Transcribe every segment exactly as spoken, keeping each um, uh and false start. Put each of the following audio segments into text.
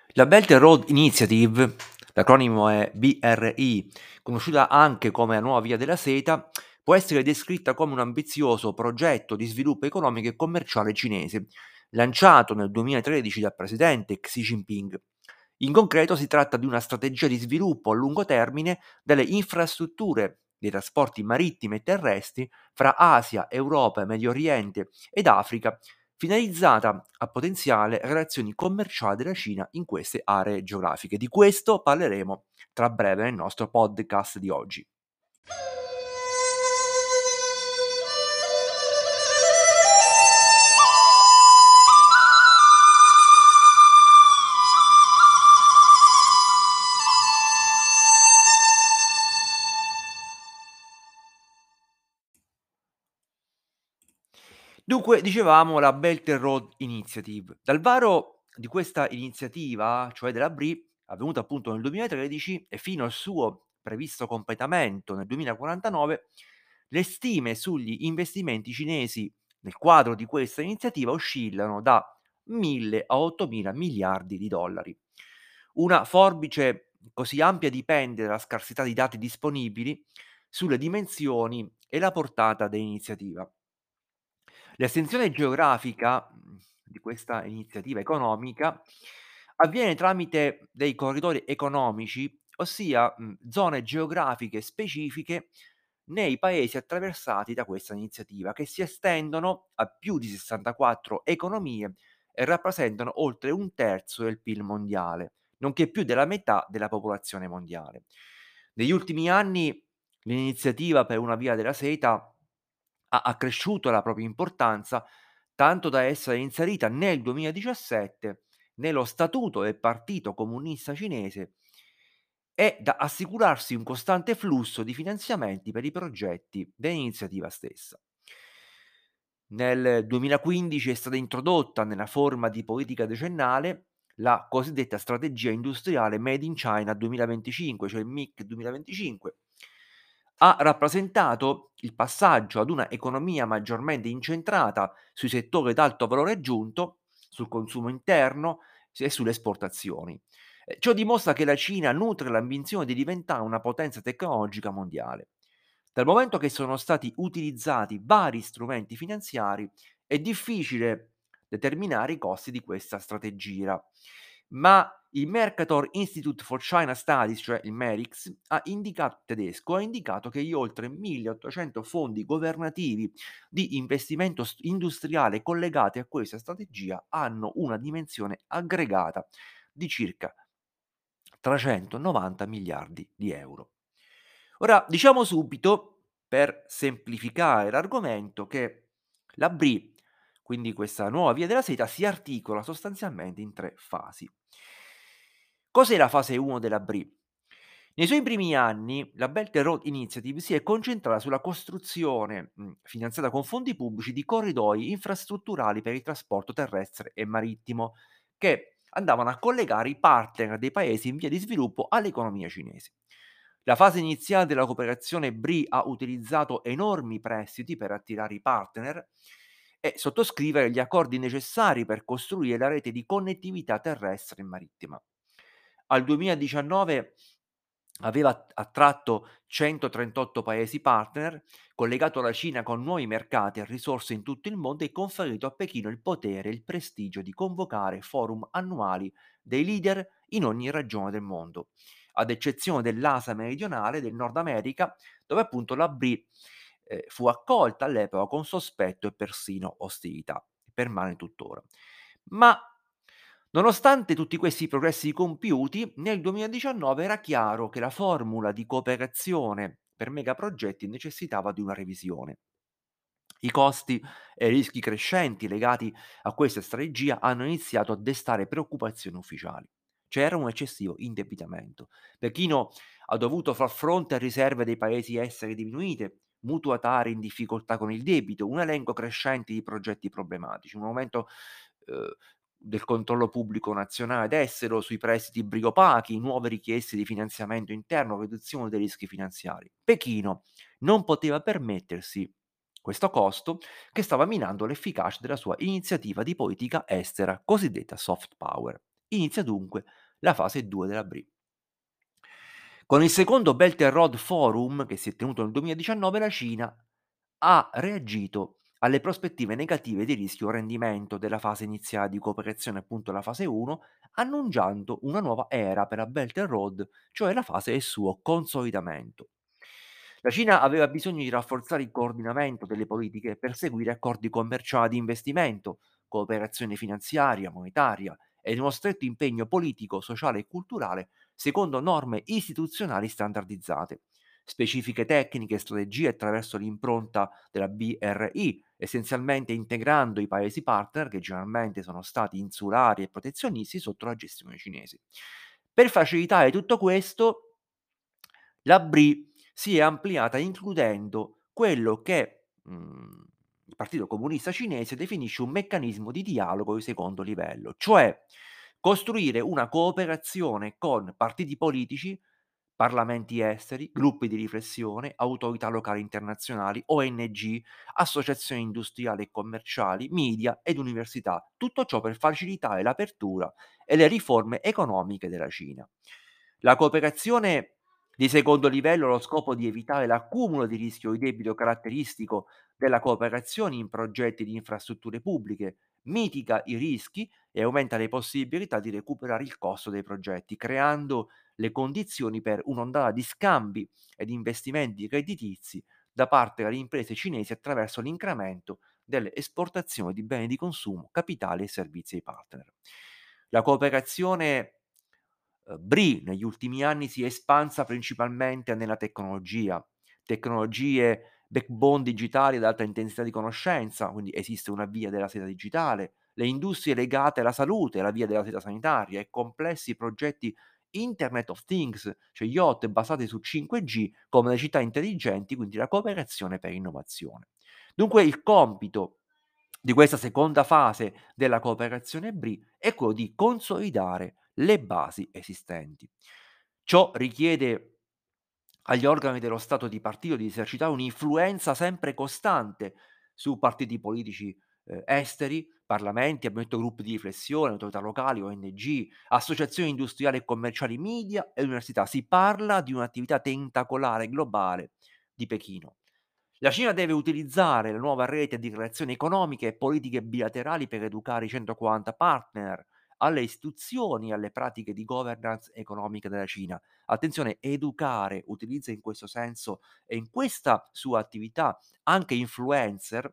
La Belt and Road Initiative, l'acronimo è B R I, conosciuta anche come la nuova via della seta, può essere descritta come un ambizioso progetto di sviluppo economico e commerciale cinese, lanciato nel duemilatredici dal presidente Xi Jinping. In concreto si tratta di una strategia di sviluppo a lungo termine delle infrastrutture dei trasporti marittimi e terrestri fra Asia, Europa, Medio Oriente ed Africa, finalizzata a potenziare le relazioni commerciali della Cina in queste aree geografiche. Di questo parleremo tra breve nel nostro podcast di oggi. Dunque, dicevamo la Belt and Road Initiative. Dal varo di questa iniziativa, cioè della B R I, avvenuta appunto nel duemilatredici e fino al suo previsto completamento nel duemilaquarantanove, le stime sugli investimenti cinesi nel quadro di questa iniziativa oscillano da mille a ottomila miliardi di dollari. Una forbice così ampia dipende dalla scarsità di dati disponibili sulle dimensioni e la portata dell'iniziativa. L'estensione geografica, mhmm, di questa iniziativa economica avviene tramite dei corridoi economici, ossia, mhmm, zone geografiche specifiche nei paesi attraversati da questa iniziativa, che si estendono a più di sessantaquattro economie e rappresentano oltre un terzo del P I L mondiale, nonché più della metà della popolazione mondiale. Negli ultimi anni l'iniziativa per una via della seta ha accresciuto la propria importanza, tanto da essere inserita nel duemiladiciassette nello statuto del Partito Comunista Cinese e da assicurarsi un costante flusso di finanziamenti per i progetti dell'iniziativa stessa. Nel duemilaquindici è stata introdotta nella forma di politica decennale la cosiddetta strategia industriale Made in China duemilaventicinque, cioè il M I C duemilaventicinque. Ha rappresentato il passaggio ad una economia maggiormente incentrata sui settori ad alto valore aggiunto, sul consumo interno e sulle esportazioni. Eh, Ciò dimostra che la Cina nutre l'ambizione di diventare una potenza tecnologica mondiale. Dal momento che sono stati utilizzati vari strumenti finanziari, è difficile determinare i costi di questa strategia, ma il Mercator Institute for China Studies, cioè il MERIX, ha indicato, tedesco, ha indicato che gli oltre milleottocento fondi governativi di investimento st- industriale collegati a questa strategia hanno una dimensione aggregata di circa trecentonovanta miliardi di euro. Ora, diciamo subito, per semplificare l'argomento, che la B R I, quindi questa nuova via della seta, si articola sostanzialmente in tre fasi. Cos'è la fase uno della B R I? Nei suoi primi anni, la Belt and Road Initiative si è concentrata sulla costruzione, mh, finanziata con fondi pubblici, di corridoi infrastrutturali per il trasporto terrestre e marittimo, che andavano a collegare i partner dei paesi in via di sviluppo all'economia cinese. La fase iniziale della cooperazione B R I ha utilizzato enormi prestiti per attirare i partner e sottoscrivere gli accordi necessari per costruire la rete di connettività terrestre e marittima. Al duemiladiciannove aveva att attratto centotrentotto paesi partner, collegato la Cina con nuovi mercati e risorse in tutto il mondo e conferito a Pechino il potere e il prestigio di convocare forum annuali dei leader in ogni regione del mondo, ad eccezione dell'Asia meridionale e del Nord America, dove appunto la B R I eh, fu accolta all'epoca con sospetto e persino ostilità. Permane tuttora. Ma nonostante tutti questi progressi compiuti, nel duemiladiciannove era chiaro che la formula di cooperazione per megaprogetti necessitava di una revisione. I costi e i rischi crescenti legati a questa strategia hanno iniziato a destare preoccupazioni ufficiali. C'era un eccessivo indebitamento. Pechino ha dovuto far fronte a riserve dei paesi estere diminuite, mutuatari in difficoltà con il debito, un elenco crescente di progetti problematici, un aumento eh, del controllo pubblico nazionale ed estero sui prestiti brigopachi, nuove richieste di finanziamento interno, riduzione dei rischi finanziari. Pechino non poteva permettersi questo costo, che stava minando l'efficacia della sua iniziativa di politica estera, cosiddetta soft power. Inizia dunque la fase due della B R I. Con il secondo Belt and Road Forum, che si è tenuto nel duemiladiciannove, la Cina ha reagito alle prospettive negative di rischio rendimento della fase iniziale di cooperazione, appunto la fase uno, annunciando una nuova era per la Belt and Road, cioè la fase del suo consolidamento. La Cina aveva bisogno di rafforzare il coordinamento delle politiche per seguire accordi commerciali di investimento, cooperazione finanziaria, monetaria ed uno stretto impegno politico, sociale e culturale secondo norme istituzionali standardizzate. Specifiche tecniche e strategie attraverso l'impronta della B R I, essenzialmente integrando i paesi partner che generalmente sono stati insulari e protezionisti sotto la gestione cinese. Per facilitare tutto questo, la B R I si è ampliata includendo quello che mhmm, il Partito Comunista Cinese definisce un meccanismo di dialogo di secondo livello, cioè costruire una cooperazione con partiti politici, parlamenti esteri, gruppi di riflessione, autorità locali internazionali, O N G, associazioni industriali e commerciali, media ed università. Tutto ciò per facilitare l'apertura e le riforme economiche della Cina. La cooperazione di secondo livello ha lo scopo di evitare l'accumulo di rischio di debito caratteristico della cooperazione in progetti di infrastrutture pubbliche, mitiga i rischi e aumenta le possibilità di recuperare il costo dei progetti, creando le condizioni per un'ondata di scambi ed investimenti creditizi da parte delle imprese cinesi attraverso l'incremento delle esportazioni di beni di consumo, capitali e servizi ai partner. La cooperazione Uhm, B R I negli ultimi anni si è espansa principalmente nella tecnologia, tecnologie backbone digitali ad alta intensità di conoscenza, quindi esiste una via della seta digitale, le industrie legate alla salute, la via della seta sanitaria e complessi progetti Internet of Things, cioè IoT basati su cinque G come le città intelligenti, quindi la cooperazione per innovazione. Dunque il compito di questa seconda fase della cooperazione B R I è quello di consolidare le basi esistenti. Ciò richiede agli organi dello Stato di partito di esercitare un'influenza sempre costante su partiti politici, ehm, esteri, parlamenti, abbiamo detto gruppi di riflessione, autorità locali, O N G, associazioni industriali e commerciali, media e università. Si parla di un'attività tentacolare globale di Pechino. La Cina deve utilizzare la nuova rete di relazioni economiche e politiche bilaterali per educare i centoquaranta partner alle istituzioni e alle pratiche di governance economica della Cina. Attenzione, educare utilizza in questo senso e in questa sua attività anche influencer,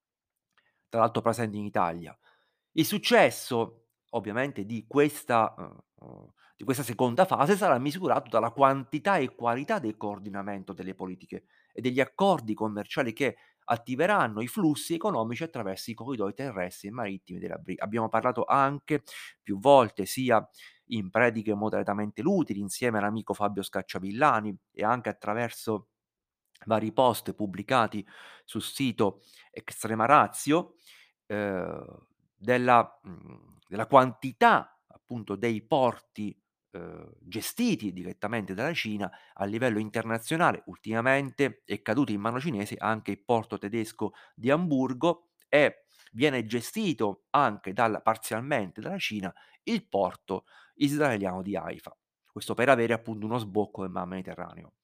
tra l'altro presenti in Italia. Il successo ovviamente di questa uhm, uhm, di questa seconda fase sarà misurato dalla quantità e qualità del coordinamento delle politiche e degli accordi commerciali che attiveranno i flussi economici attraverso i corridoi terrestri e marittimi della B R I. Abbiamo parlato anche più volte, sia in prediche moderatamente utili insieme all'amico Fabio Scacciavillani e anche attraverso vari post pubblicati sul sito Extrema Ratio, ehm, della mhmm, della quantità appunto dei porti, ehm, gestiti direttamente dalla Cina a livello internazionale. Ultimamente è caduto in mano cinese anche il porto tedesco di Amburgo e viene gestito anche dal parzialmente dalla Cina il porto israeliano di Haifa. Questo per avere appunto uno sbocco nel Mar Mediterraneo.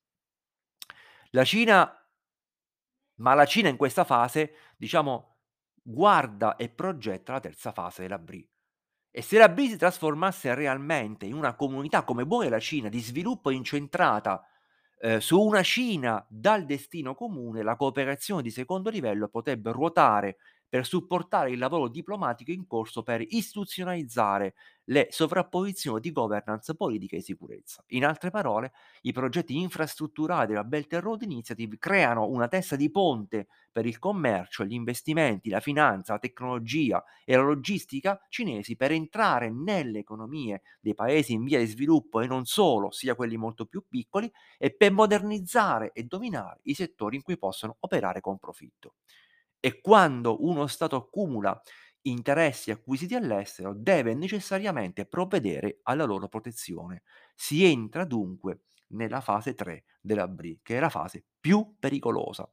La Cina ma la Cina in questa fase, diciamo, guarda e progetta la terza fase della B R I. E se la B R I si trasformasse realmente in una comunità, come vuole la Cina, di sviluppo incentrata, ehm, su una Cina dal destino comune, la cooperazione di secondo livello potrebbe ruotare per supportare il lavoro diplomatico in corso per istituzionalizzare le sovrapposizioni di governance politica e sicurezza. In altre parole, i progetti infrastrutturali della Belt and Road Initiative creano una testa di ponte per il commercio, gli investimenti, la finanza, la tecnologia e la logistica cinesi per entrare nelle economie dei paesi in via di sviluppo e non solo, sia quelli molto più piccoli, e per modernizzare e dominare i settori in cui possono operare con profitto. E quando uno Stato accumula interessi acquisiti all'estero, deve necessariamente provvedere alla loro protezione. Si entra dunque nella fase tre della B R I, che è la fase più pericolosa.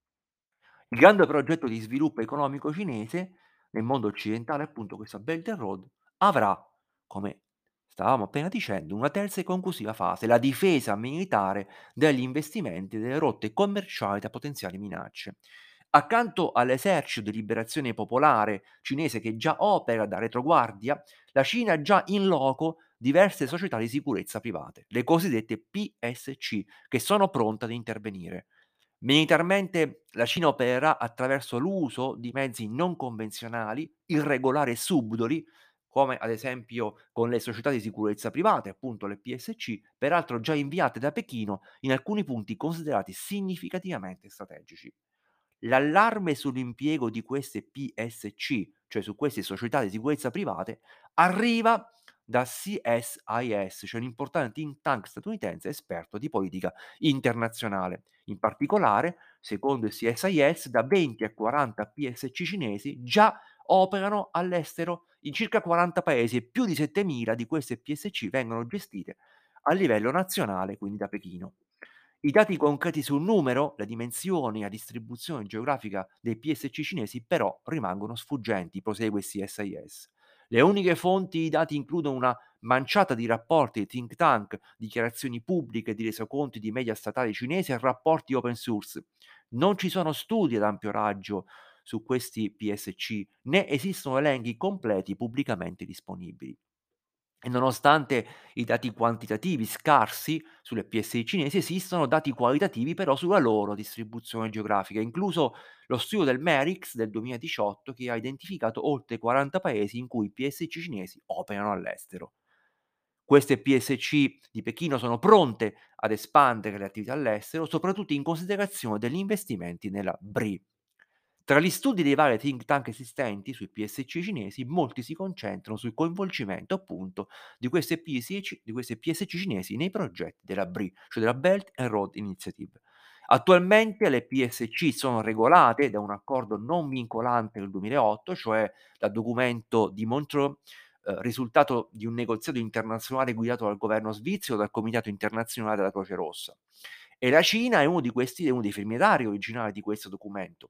Il grande progetto di sviluppo economico cinese nel mondo occidentale, appunto questa Belt and Road, avrà come stavamo appena dicendo, una terza e conclusiva fase, la difesa militare degli investimenti e delle rotte commerciali da potenziali minacce. Accanto all'esercito di liberazione popolare cinese che già opera da retroguardia, la Cina ha già in loco diverse società di sicurezza private, le cosiddette P S C, che sono pronte ad intervenire. Militarmente la Cina opererà attraverso l'uso di mezzi non convenzionali, irregolari e subdoli, come ad esempio con le società di sicurezza private, appunto le P S C, peraltro già inviate da Pechino in alcuni punti considerati significativamente strategici. L'allarme sull'impiego di queste P S C, cioè su queste società di sicurezza private, arriva da C S I S, cioè un importante think tank statunitense esperto di politica internazionale. In particolare, secondo il C S I S, da venti a quaranta P S C cinesi già operano all'estero in circa quaranta paesi e più di settemila di queste P S C vengono gestite a livello nazionale, quindi da Pechino. I dati concreti sul numero, le dimensioni, la distribuzione geografica dei P S C cinesi però rimangono sfuggenti, prosegue il C S I S. Le uniche fonti di dati includono una manciata di rapporti di think tank, dichiarazioni pubbliche di resoconti di media statali cinesi e rapporti open source. Non ci sono studi ad ampio raggio su questi P S C, né esistono elenchi completi pubblicamente disponibili. E nonostante i dati quantitativi scarsi sulle P S I cinesi, esistono dati qualitativi però sulla loro distribuzione geografica, incluso lo studio del MERIX del duemiladiciotto che ha identificato oltre quaranta paesi in cui i P S C cinesi operano all'estero. Queste P S C di Pechino sono pronte ad espandere le attività all'estero, soprattutto in considerazione degli investimenti nella B R I. Tra gli studi dei vari think tank esistenti sui P S C cinesi, molti si concentrano sul coinvolgimento appunto di queste P S C di queste P S C cinesi nei progetti della B R I, cioè della Belt and Road Initiative. Attualmente le P S C sono regolate da un accordo non vincolante del duemilaotto, cioè dal documento di Montreux, ehm, risultato di un negoziato internazionale guidato dal governo svizzero e dal Comitato internazionale della Croce Rossa. E la Cina è uno di questi è uno dei firmatari originali di questo documento.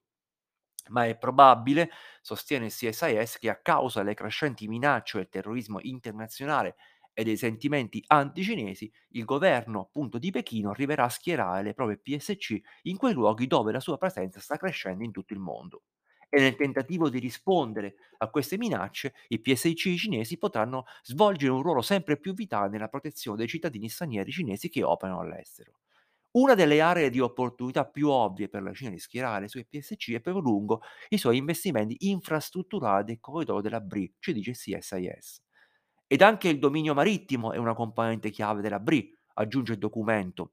Ma è probabile, sostiene il C S I S, che a causa delle crescenti minacce del terrorismo internazionale e dei sentimenti anticinesi, il governo appunto di Pechino arriverà a schierare le proprie P S C in quei luoghi dove la sua presenza sta crescendo in tutto il mondo. E nel tentativo di rispondere a queste minacce, i P S C cinesi potranno svolgere un ruolo sempre più vitale nella protezione dei cittadini stranieri cinesi che operano all'estero. Una delle aree di opportunità più ovvie per la Cina di schierare le sue P S C è per lungo i suoi investimenti infrastrutturali del corridoio della B R I, ci dice il C S I S. Ed anche il dominio marittimo è una componente chiave della B R I, aggiunge il documento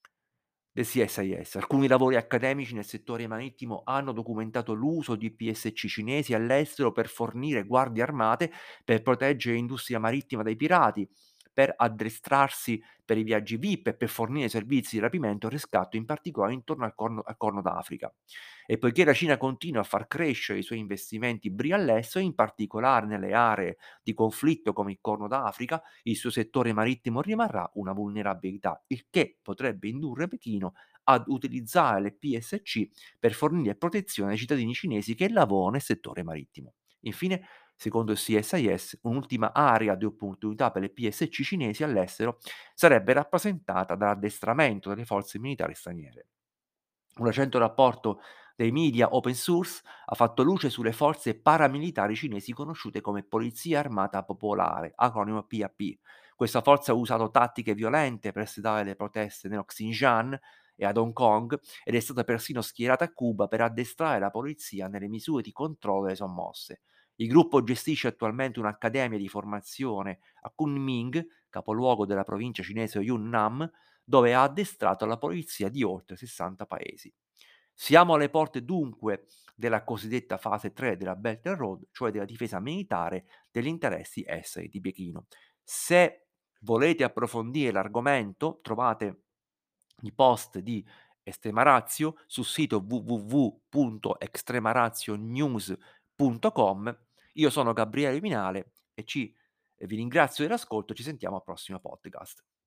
del C S I S. Alcuni lavori accademici nel settore marittimo hanno documentato l'uso di P S C cinesi all'estero per fornire guardie armate per proteggere l'industria marittima dai pirati, per addestrarsi per i viaggi V I P e per fornire servizi di rapimento e riscatto, in particolare intorno al Corno, al Corno d'Africa. E poiché la Cina continua a far crescere i suoi investimenti B R I all'estero, in particolare nelle aree di conflitto come il Corno d'Africa, il suo settore marittimo rimarrà una vulnerabilità, il che potrebbe indurre Pechino ad utilizzare le P S C per fornire protezione ai cittadini cinesi che lavorano nel settore marittimo. Infine, secondo il C S I S, un'ultima area di opportunità per le P S C cinesi all'estero sarebbe rappresentata dall'addestramento delle forze militari straniere. Un recente rapporto dei media open source ha fatto luce sulle forze paramilitari cinesi conosciute come Polizia Armata Popolare, acronimo P A P. Questa forza ha usato tattiche violente per sedare le proteste nello Xinjiang e ad Hong Kong ed è stata persino schierata a Cuba per addestrare la polizia nelle misure di controllo delle sommosse. Il gruppo gestisce attualmente un'accademia di formazione a Kunming, capoluogo della provincia cinese Yunnan, dove ha addestrato la polizia di oltre sessanta paesi. Siamo alle porte dunque della cosiddetta fase tre della Belt and Road, cioè della difesa militare degli interessi esteri di Pechino. Se volete approfondire l'argomento, trovate i post di Estrema Ratio sul sito w w w punto extremarazionews punto com. Io sono Gabriele Minale e ci e vi ringrazio dell'ascolto, ci sentiamo al prossimo podcast.